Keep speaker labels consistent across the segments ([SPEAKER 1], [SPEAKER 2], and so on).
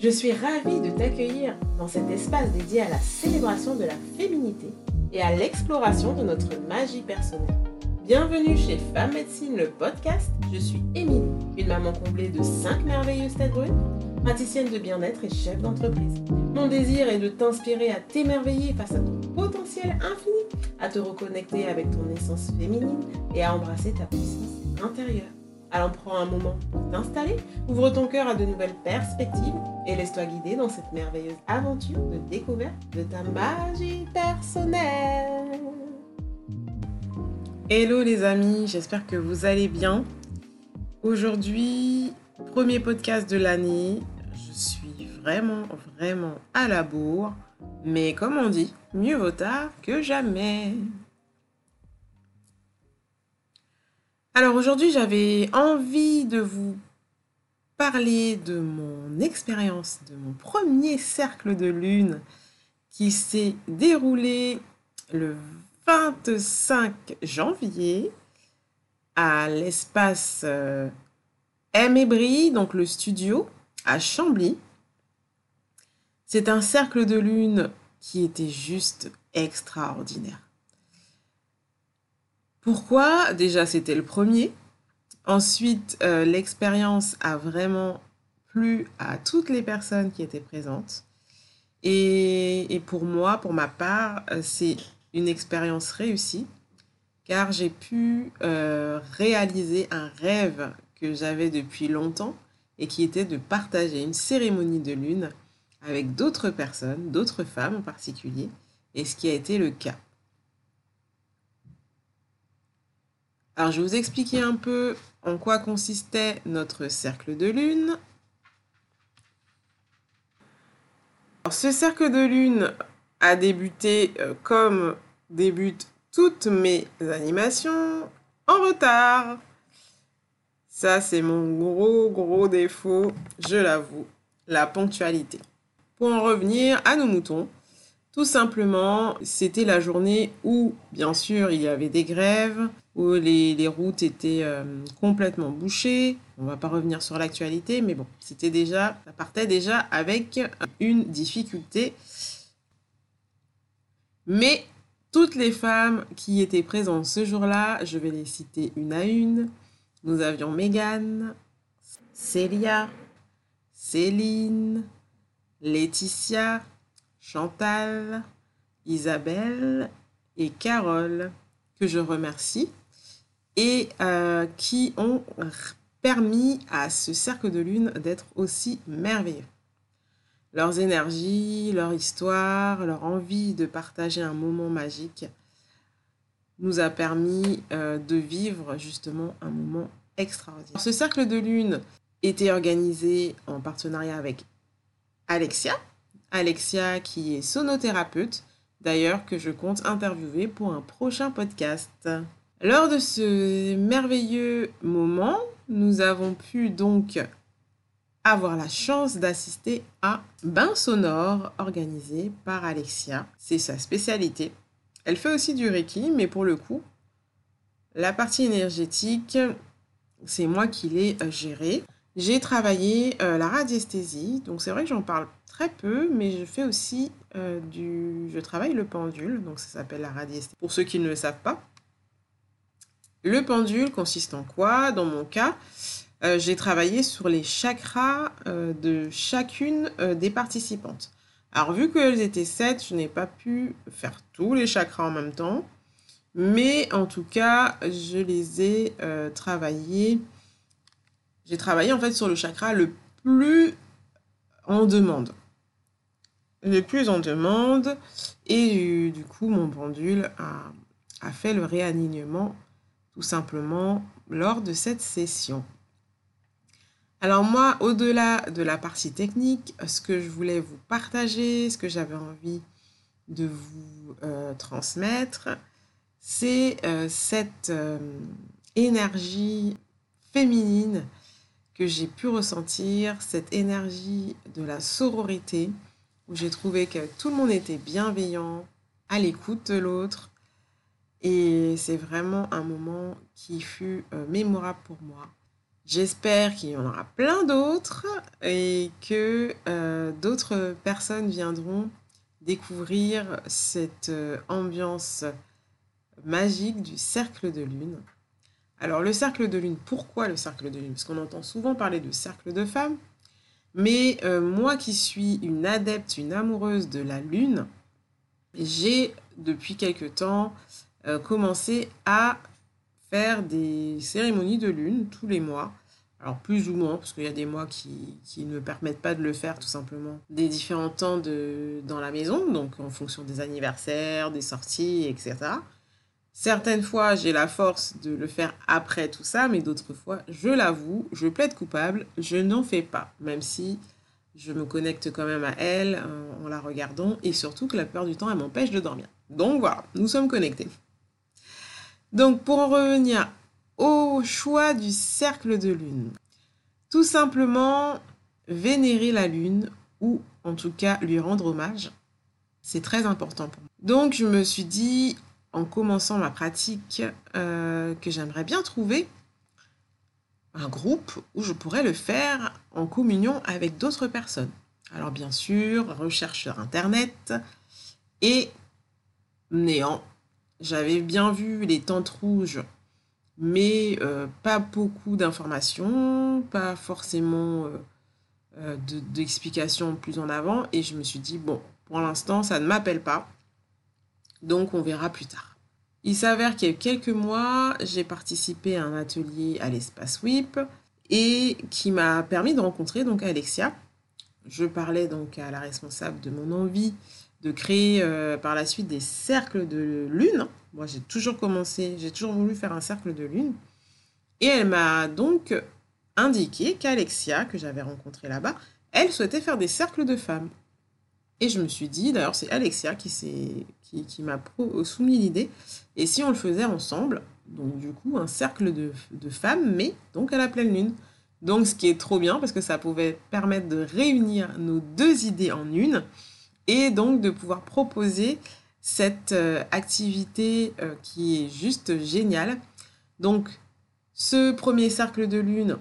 [SPEAKER 1] Je suis ravie de t'accueillir dans cet espace dédié à la célébration de la féminité et à l'exploration de notre magie personnelle. Bienvenue chez Femme Médecine, le podcast. Je suis Émilie, une maman comblée de 5 merveilleuses têtes brûles, praticienne de bien-être et chef d'entreprise. Mon désir est de t'inspirer à t'émerveiller face à ton potentiel infini, à te reconnecter avec ton essence féminine et à embrasser ta puissance intérieure. Alors prends un moment pour t'installer, ouvre ton cœur à de nouvelles perspectives et laisse-toi guider dans cette merveilleuse aventure de découverte de ta magie personnelle. Hello les amis, j'espère que vous allez bien. Aujourd'hui, premier podcast de l'année, je suis vraiment à la bourre, mais comme on dit, mieux vaut tard que jamais. Alors aujourd'hui, j'avais envie de vous parler de mon expérience, de mon premier cercle de lune qui s'est déroulé le 25 janvier à l'espace M&Brie, donc le studio à Chambly. C'est un cercle de lune qui était juste extraordinaire. Pourquoi ? Déjà, c'était le premier. Ensuite, l'expérience a vraiment plu à toutes les personnes qui étaient présentes. Et pour moi, pour ma part, c'est une expérience réussie, car j'ai pu réaliser un rêve que j'avais depuis longtemps et qui était de partager une cérémonie de lune avec d'autres personnes, d'autres femmes en particulier, et ce qui a été le cas. Alors, je vais vous expliquer un peu en quoi consistait notre cercle de lune. Alors, ce cercle de lune a débuté comme débutent toutes mes animations, en retard. Ça, c'est mon gros défaut, je l'avoue, la ponctualité. Pour en revenir à nos moutons, tout simplement, c'était la journée où, bien sûr, il y avait des grèves, où les routes étaient complètement bouchées. On ne va pas revenir sur l'actualité, mais bon, ça partait déjà avec une difficulté. Mais toutes les femmes qui étaient présentes ce jour-là, je vais les citer une à une. Nous avions Mégane, Célia, Céline, Laetitia, Chantal, Isabelle et Carole, que je remercie, et qui ont permis à ce cercle de lune d'être aussi merveilleux. Leurs énergies, leur histoire, leur envie de partager un moment magique nous a permis de vivre justement un moment extraordinaire. Ce cercle de lune était organisé en partenariat avec Alexia qui est sonothérapeute, d'ailleurs que je compte interviewer pour un prochain podcast. Lors de ce merveilleux moment, nous avons pu donc avoir la chance d'assister à un bain sonore organisé par Alexia. C'est sa spécialité. Elle fait aussi du Reiki, mais pour le coup, la partie énergétique, c'est moi qui l'ai gérée. J'ai travaillé la radiesthésie, donc c'est vrai que j'en parle très peu, mais je fais aussi je travaille le pendule, donc ça s'appelle la radiesthésie. Pour ceux qui ne le savent pas, le pendule consiste en quoi ? Dans mon cas, j'ai travaillé sur les chakras de chacune des participantes. Alors, vu qu'elles étaient 7, je n'ai pas pu faire tous les chakras en même temps, mais en tout cas, je les ai travaillés. J'ai travaillé en fait sur le chakra le plus en demande. Et du coup, mon pendule a fait le réalignement tout simplement lors de cette session. Alors moi, au-delà de la partie technique, ce que je voulais vous partager, ce que j'avais envie de vous transmettre, c'est cette énergie féminine que j'ai pu ressentir, cette énergie de la sororité, où j'ai trouvé que tout le monde était bienveillant, à l'écoute de l'autre. Et c'est vraiment un moment qui fut mémorable pour moi. J'espère qu'il y en aura plein d'autres et que d'autres personnes viendront découvrir cette ambiance magique du cercle de lune. Alors le cercle de lune, pourquoi le cercle de lune? Parce qu'on entend souvent parler de cercle de femmes, mais moi qui suis une adepte, une amoureuse de la lune, j'ai depuis quelque temps commencé à faire des cérémonies de lune tous les mois. Alors plus ou moins, parce qu'il y a des mois qui ne me permettent pas de le faire tout simplement. Des différents temps dans la maison, donc en fonction des anniversaires, des sorties, etc. Certaines fois, j'ai la force de le faire après tout ça, mais d'autres fois, je l'avoue, je plaide coupable, je n'en fais pas, même si je me connecte quand même à elle en la regardant, et surtout que la plupart du temps, elle m'empêche de dormir. Donc voilà, nous sommes connectés. Donc pour en revenir au choix du cercle de lune, tout simplement vénérer la lune, ou en tout cas lui rendre hommage, c'est très important pour moi. Donc je me suis dit, en commençant ma pratique, que j'aimerais bien trouver un groupe où je pourrais le faire en communion avec d'autres personnes. Alors bien sûr, recherche sur Internet et néant. J'avais bien vu les tentes rouges, mais pas beaucoup d'informations, pas forcément d'explications plus en avant. Et je me suis dit, bon, pour l'instant, ça ne m'appelle pas, donc on verra plus tard. Il s'avère qu'il y a quelques mois, j'ai participé à un atelier à l'Espace WIP et qui m'a permis de rencontrer donc Alexia. Je parlais donc à la responsable de mon envie de créer par la suite des cercles de lune. Moi, j'ai toujours voulu faire un cercle de lune. Et elle m'a donc indiqué qu'Alexia, que j'avais rencontrée là-bas, elle souhaitait faire des cercles de femmes. Et je me suis dit, d'ailleurs, c'est Alexia qui m'a soumis l'idée. Et si on le faisait ensemble, donc du coup, un cercle de femmes, mais donc à la pleine lune. Donc, ce qui est trop bien, parce que ça pouvait permettre de réunir nos deux idées en une, et donc de pouvoir proposer cette activité qui est juste géniale. Donc, ce premier cercle de lune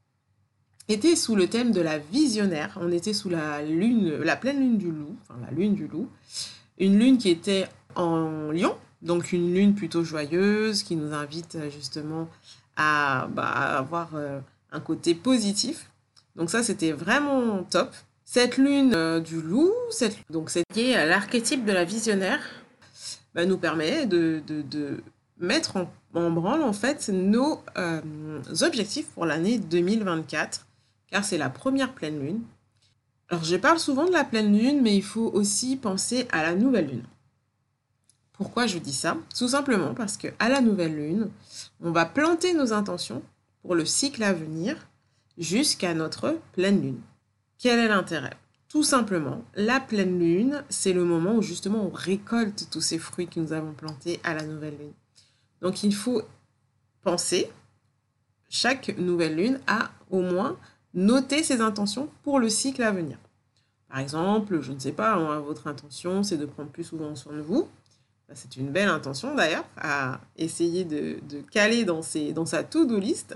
[SPEAKER 1] était sous le thème de la visionnaire. On était sous la lune, la pleine lune du loup, enfin la lune du loup. Une lune qui était en lion, donc une lune plutôt joyeuse qui nous invite justement à avoir un côté positif. Donc ça, c'était vraiment top. Cette lune du loup, donc c'est lié à l'archétype de la visionnaire, nous permet de mettre en branle en fait nos objectifs pour l'année 2024, car c'est la première pleine lune. Alors je parle souvent de la pleine lune, mais il faut aussi penser à la nouvelle lune. Pourquoi je dis ça? Tout simplement parce qu'à la nouvelle lune, on va planter nos intentions pour le cycle à venir jusqu'à notre pleine lune. Quel est l'intérêt? Tout simplement, la pleine lune, c'est le moment où justement on récolte tous ces fruits que nous avons plantés à la nouvelle lune. Donc il faut penser, chaque nouvelle lune, à au moins noter ses intentions pour le cycle à venir. Par exemple, je ne sais pas, votre intention c'est de prendre plus souvent soin de vous. C'est une belle intention d'ailleurs à essayer de caler dans sa to-do list.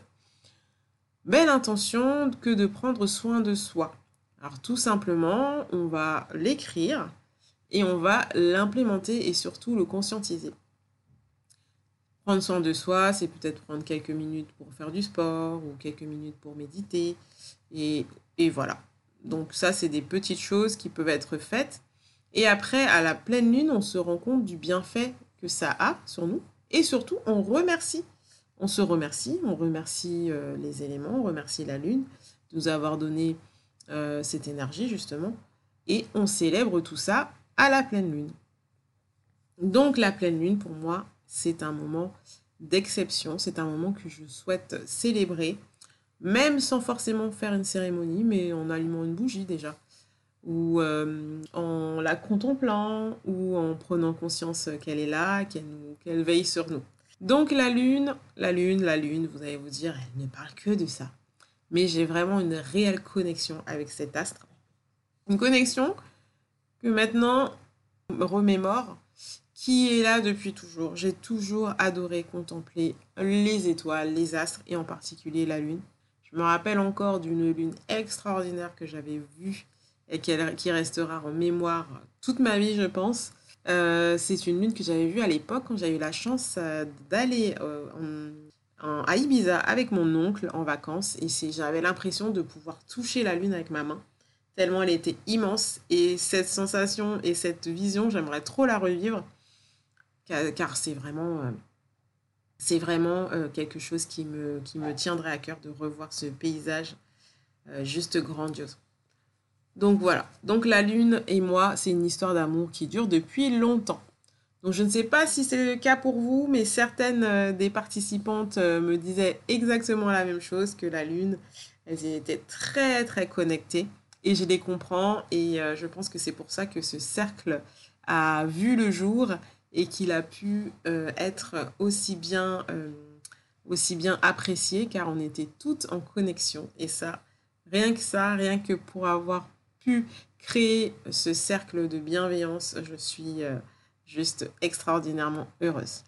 [SPEAKER 1] Belle intention que de prendre soin de soi. Alors tout simplement, on va l'écrire et on va l'implémenter et surtout le conscientiser. Prendre soin de soi, c'est peut-être prendre quelques minutes pour faire du sport ou quelques minutes pour méditer. Et voilà. Donc ça, c'est des petites choses qui peuvent être faites. Et après, à la pleine lune, on se rend compte du bienfait que ça a sur nous. Et surtout, on remercie. On se remercie, on remercie les éléments, on remercie la lune de nous avoir donné cette énergie justement. Et on célèbre tout ça à la pleine lune. Donc la pleine lune, pour moi, c'est un moment d'exception. C'est un moment que je souhaite célébrer, même sans forcément faire une cérémonie, mais en allumant une bougie déjà, ou en la contemplant, ou en prenant conscience qu'elle est là, qu'elle veille sur nous. Donc la lune, vous allez vous dire, elle ne parle que de ça. Mais j'ai vraiment une réelle connexion avec cet astre. Une connexion que maintenant me remémore, qui est là depuis toujours. J'ai toujours adoré contempler les étoiles, les astres et en particulier la lune. Je me rappelle encore d'une lune extraordinaire que j'avais vue et qui restera en mémoire toute ma vie, je pense. C'est une lune que j'avais vue à l'époque quand j'ai eu la chance d'aller à Ibiza avec mon oncle en vacances. Et j'avais l'impression de pouvoir toucher la lune avec ma main, tellement elle était immense. Et cette sensation et cette vision, j'aimerais trop la revivre, car c'est vraiment quelque chose qui me tiendrait à cœur de revoir ce paysage juste grandiose. Donc voilà, donc la lune et moi, c'est une histoire d'amour qui dure depuis longtemps. Donc je ne sais pas si c'est le cas pour vous, mais certaines des participantes me disaient exactement la même chose, que la lune, elles étaient très très connectées. Et je les comprends, et je pense que c'est pour ça que ce cercle a vu le jour et qu'il a pu être aussi bien apprécié, car on était toutes en connexion. Et ça, rien que pour avoir pu créer ce cercle de bienveillance, je suis juste extraordinairement heureuse.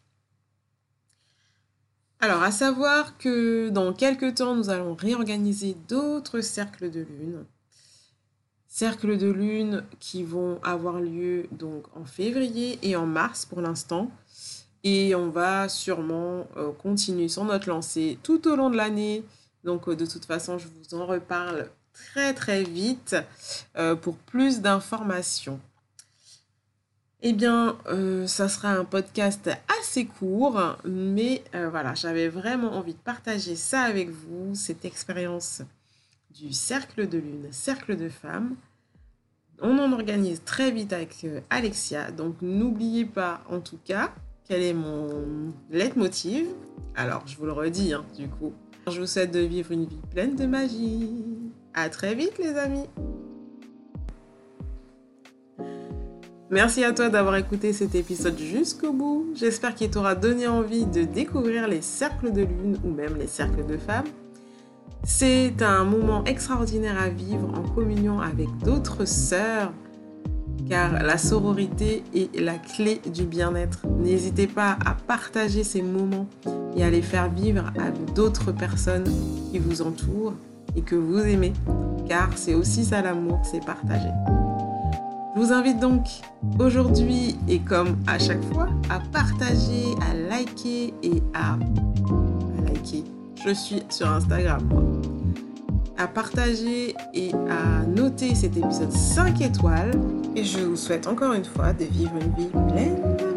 [SPEAKER 1] Alors, à savoir que dans quelques temps, nous allons réorganiser d'autres cercles de lune. Cercles de lune qui vont avoir lieu donc en février et en mars pour l'instant. Et on va sûrement continuer sur notre lancée tout au long de l'année. Donc de toute façon, je vous en reparle très très vite pour plus d'informations. Eh bien, ça sera un podcast assez court, mais voilà, j'avais vraiment envie de partager ça avec vous, cette expérience du cercle de lune, cercle de femmes. On en organise très vite avec Alexia, donc n'oubliez pas en tout cas quel est mon leitmotiv. Alors, je vous le redis, du coup. Je vous souhaite de vivre une vie pleine de magie. À très vite, les amis. Merci à toi d'avoir écouté cet épisode jusqu'au bout. J'espère qu'il t'aura donné envie de découvrir les cercles de lune ou même les cercles de femmes. C'est un moment extraordinaire à vivre en communion avec d'autres sœurs, car la sororité est la clé du bien-être. N'hésitez pas à partager ces moments et à les faire vivre avec d'autres personnes qui vous entourent et que vous aimez, car c'est aussi ça l'amour, c'est partager. Je vous invite donc aujourd'hui, et comme à chaque fois, à partager, à liker et à liker. Je suis sur Instagram, moi. À partager et à noter cet épisode 5 étoiles. Et je vous souhaite encore une fois de vivre une vie pleine